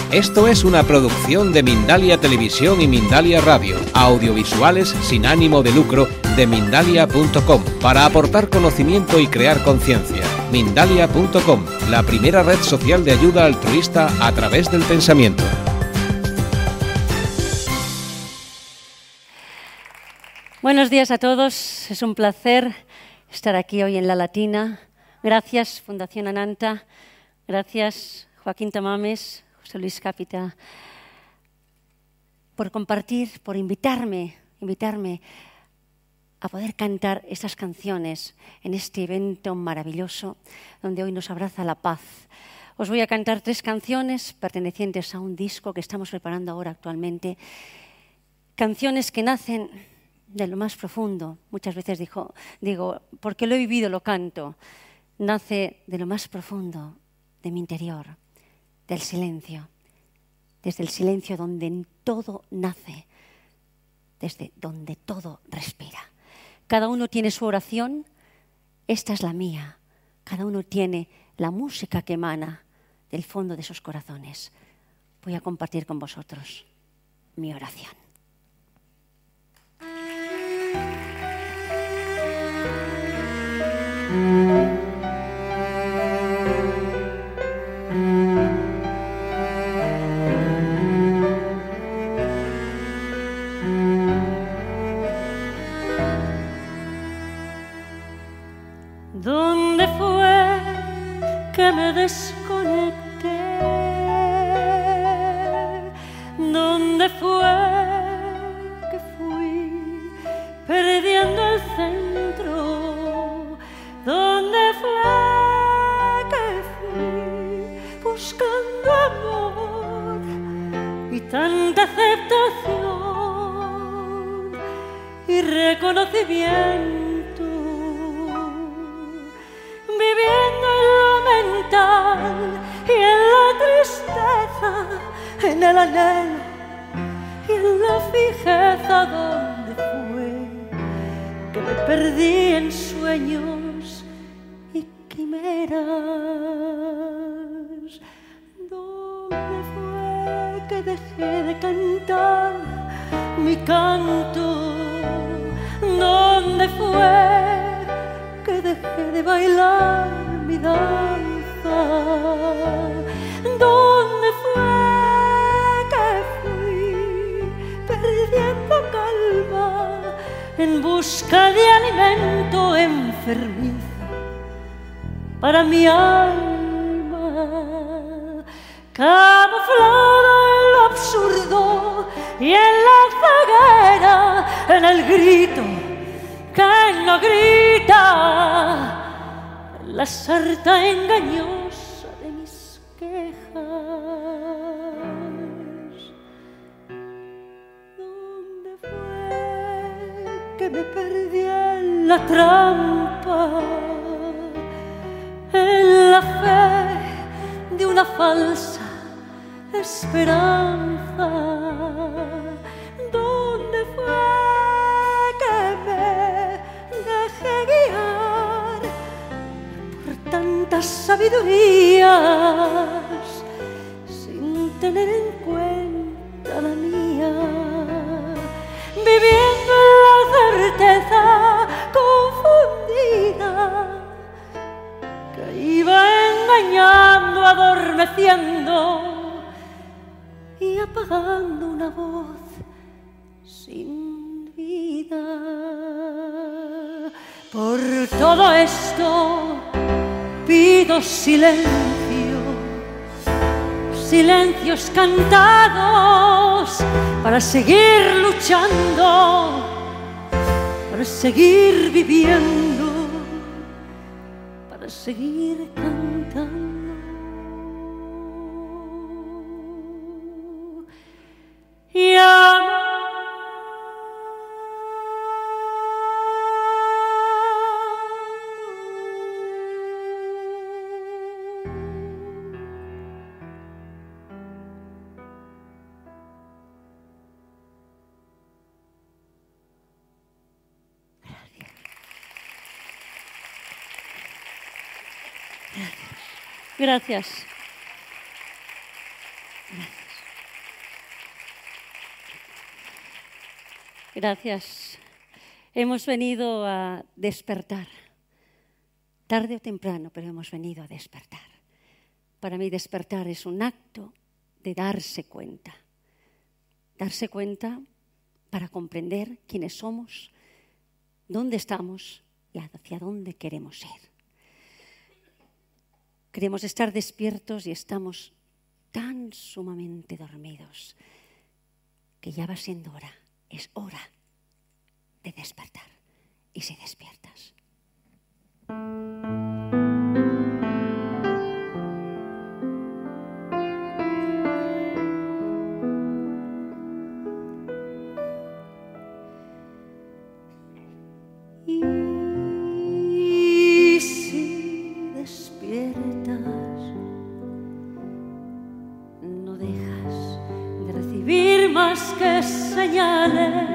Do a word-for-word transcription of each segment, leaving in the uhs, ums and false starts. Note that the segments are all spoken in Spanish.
Esto es una producción de Mindalia Televisión y Mindalia Radio, audiovisuales sin ánimo de lucro de Mindalia punto com, para aportar conocimiento y crear conciencia. Mindalia punto com, la primera red social de ayuda altruista a través del pensamiento. Buenos días a todos, es un placer estar aquí hoy en La Latina. Gracias, Fundación Ananta, gracias, Joaquín Tamames, José Luis Cápita, por compartir, por invitarme, invitarme a poder cantar estas canciones en este evento maravilloso donde hoy nos abraza la paz. Os voy a cantar tres canciones pertenecientes a un disco que estamos preparando ahora actualmente, canciones que nacen de lo más profundo. Muchas veces digo, digo, porque lo he vivido, lo canto. Nace de lo más profundo de mi interior, del silencio, desde el silencio donde todo nace, desde donde todo respira. Cada uno tiene su oración, esta es la mía. Cada uno tiene la música que emana del fondo de sus corazones. Voy a compartir con vosotros mi oración. ¿Dónde fue que me desconecté? ¿Dónde fue que fui perdiendo el centro? ¿Dónde fue que fui buscando amor y tanta aceptación y reconocimiento? Viviendo en lo mental y en la tristeza, en el anhelo y en la fijeza. Donde fue que me perdí en sueños y quimeras? ¿Dónde fue que dejé de cantar mi canto? ¿Dónde fue que dejé de bailar mi danza? ¿Dónde fue que fui perdiendo calma en busca de alimento enfermizo para mi alma? Camuflado en lo absurdo y en la ceguera, en el grito que no grita, la sarta engañosa de mis quejas. ¿Dónde fue que me perdí en la trampa, en la fe de una falsa esperanza? ¿Dónde fue que me dejé guiar por tantas sabidurías sin tener en cuenta la mía? Viviendo en la certeza confundida que iba engañando, adormeciendo y apagando una voz sin vida. Por todo esto pido silencio, silencios cantados para seguir luchando, para seguir viviendo, para seguir cantando. Y amar. Gracias. Gracias. Hemos venido a despertar. Tarde o temprano, pero hemos venido a despertar. Para mí despertar es un acto de darse cuenta. Darse cuenta para comprender quiénes somos, dónde estamos y hacia dónde queremos ir. Queremos estar despiertos y estamos tan sumamente dormidos que ya va siendo hora. Es hora de despertar. Y si despiertas. Y si despiertas, no dejas de recibir más que señales.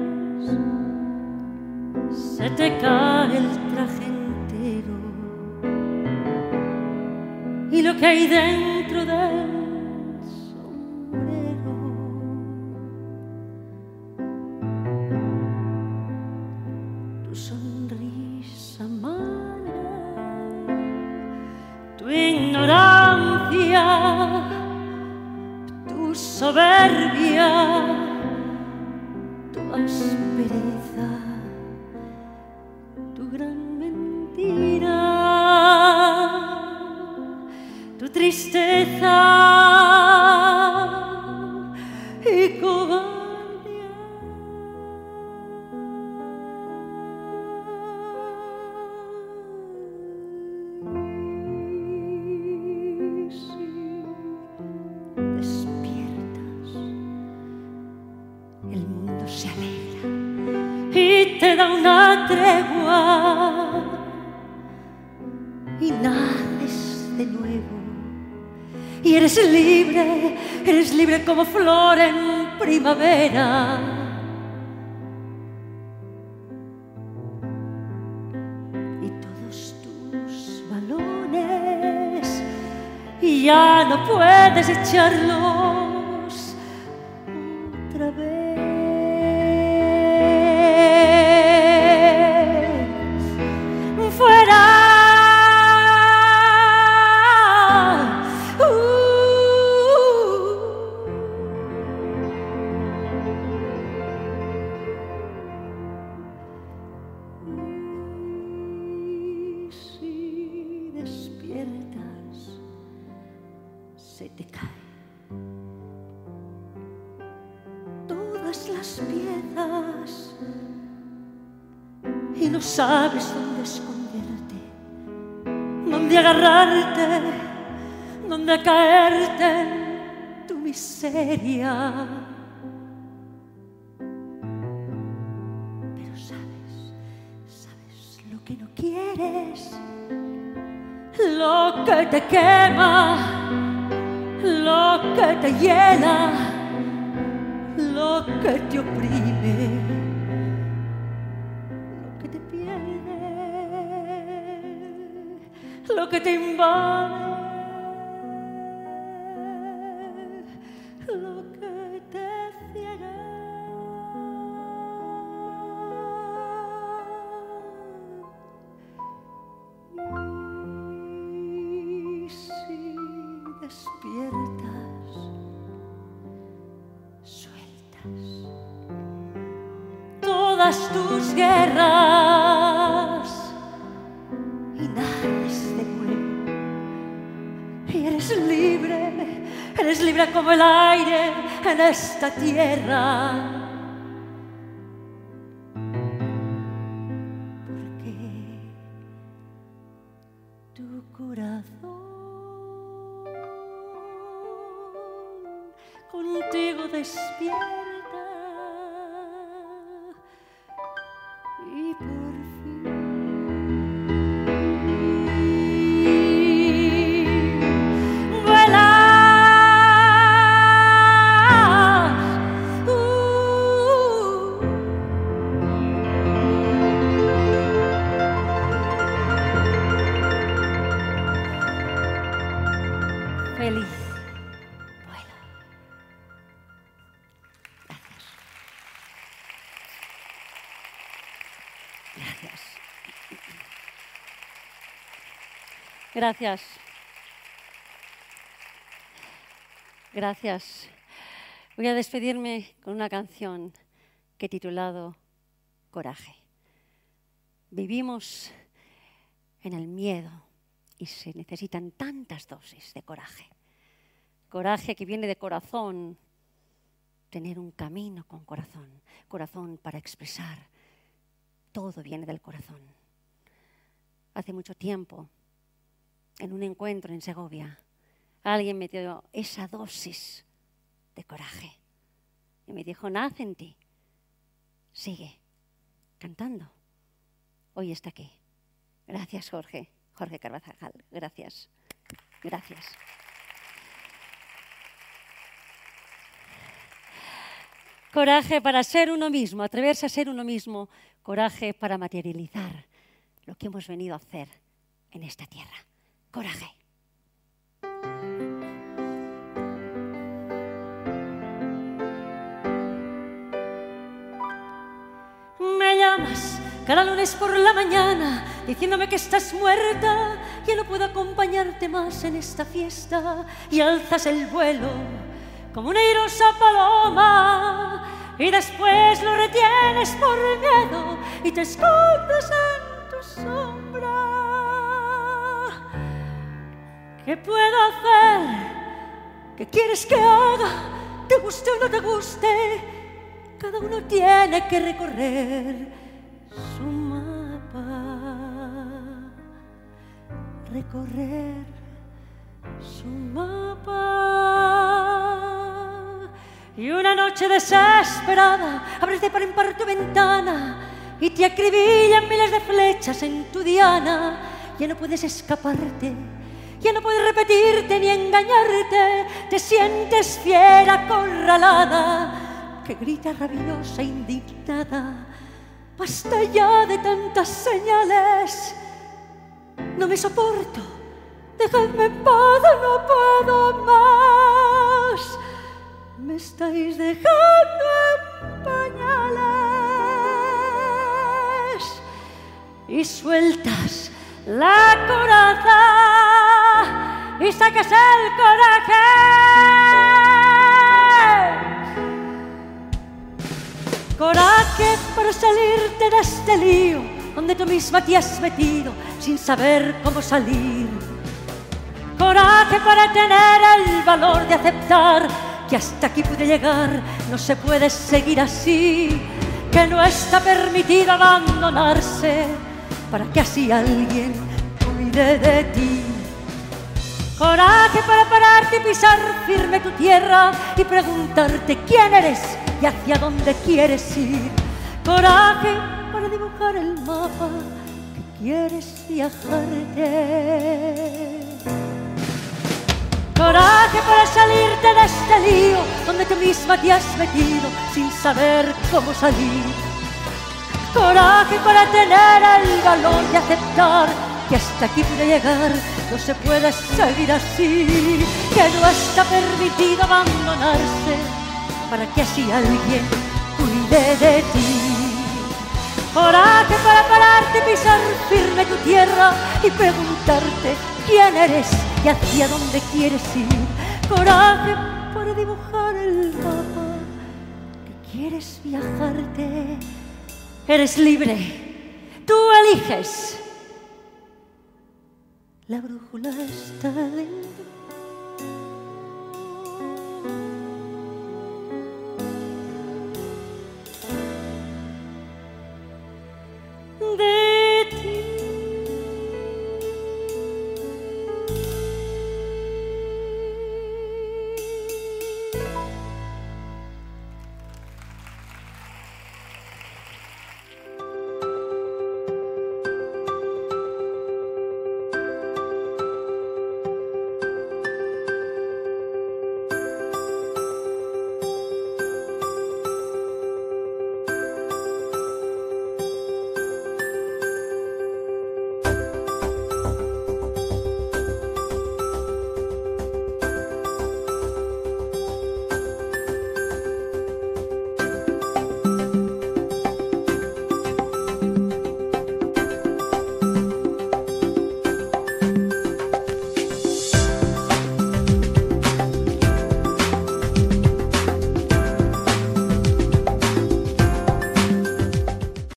Se te cae el traje entero y lo que hay dentro del sombrero. Tu sonrisa amarga, tu ignorancia, tu soberbia, tu aspereza, tu gran mentira, tu tristeza y cobardía. Y si despiertas, el mundo se alegra y te da una tregua y naces de nuevo y eres libre, eres libre como flor en primavera. Y todos tus balones ya no puedes echarlos otra vez. Se te caen todas las piezas y no sabes dónde esconderte, dónde agarrarte, dónde caerte en tu miseria. Pero sabes, sabes lo que no quieres, lo que te quema, lo que te llena, lo que te oprime, lo que te pierde, lo que te invade, lo que te ciega. Y si despiertas, sueltas todas tus guerras y naces de nuevo y eres libre, eres libre como el aire en esta tierra. Porque tu corazón contigo despierta y por fin vuelas. Uh. Feliz vuelo. Gracias. Gracias. Gracias. Voy a despedirme con una canción que he titulado Coraje. Vivimos en el miedo y se necesitan tantas dosis de coraje. Coraje que viene de corazón, tener un camino con corazón, corazón para expresar. Todo viene del corazón. Hace mucho tiempo, en un encuentro en Segovia, alguien me dio esa dosis de coraje y me dijo, nace en ti, sigue cantando. Hoy está aquí. Gracias, Jorge. Jorge Carvajal. Gracias. Gracias. Coraje para ser uno mismo, atreverse a ser uno mismo. Coraje para materializar lo que hemos venido a hacer en esta tierra. Coraje. Me llamas cada lunes por la mañana diciéndome que estás muerta, ya no puedo acompañarte más en esta fiesta, y alzas el vuelo como una airosa paloma y después lo retienes por miedo y te escondes en tu sombra. ¿Qué puedo hacer? ¿Qué quieres que haga? ¿Te guste o no te guste? Cada uno tiene que recorrer su mapa, recorrer su mapa. Y una noche desesperada abres de par en par tu ventana y te acribillan miles de flechas en tu diana. Ya no puedes escaparte, ya no puedes repetirte ni engañarte. Te sientes fiera acorralada que grita rabiosa, indignada. Basta ya de tantas señales, no me soporto, dejadme en paz, no puedo más. Me estáis dejando en pañales y sueltas la coraza y sacas el coraje. Coraje para salirte de este lío donde tú misma te has metido sin saber cómo salir. Coraje para tener el valor de aceptar que hasta aquí pude llegar, no se puede seguir así, que no está permitido abandonarse para que así alguien cuide de ti. Coraje para pararte y pisar firme tu tierra y preguntarte quién eres y hacia dónde quieres ir. Coraje para dibujar el mapa que quieres viajarte. Coraje para salirte de este lío donde tú misma te has metido sin saber cómo salir. Coraje para tener el valor de aceptar que hasta aquí pude llegar, no se puede seguir así, que no está permitido abandonarse para que así alguien cuide de ti. Coraje para pararte y pisar firme tu tierra y preguntarte quién eres y hacia dónde quieres ir. Coraje para dibujar el mapa que quieres viajarte. Eres libre, tú eliges. La brújula está dentro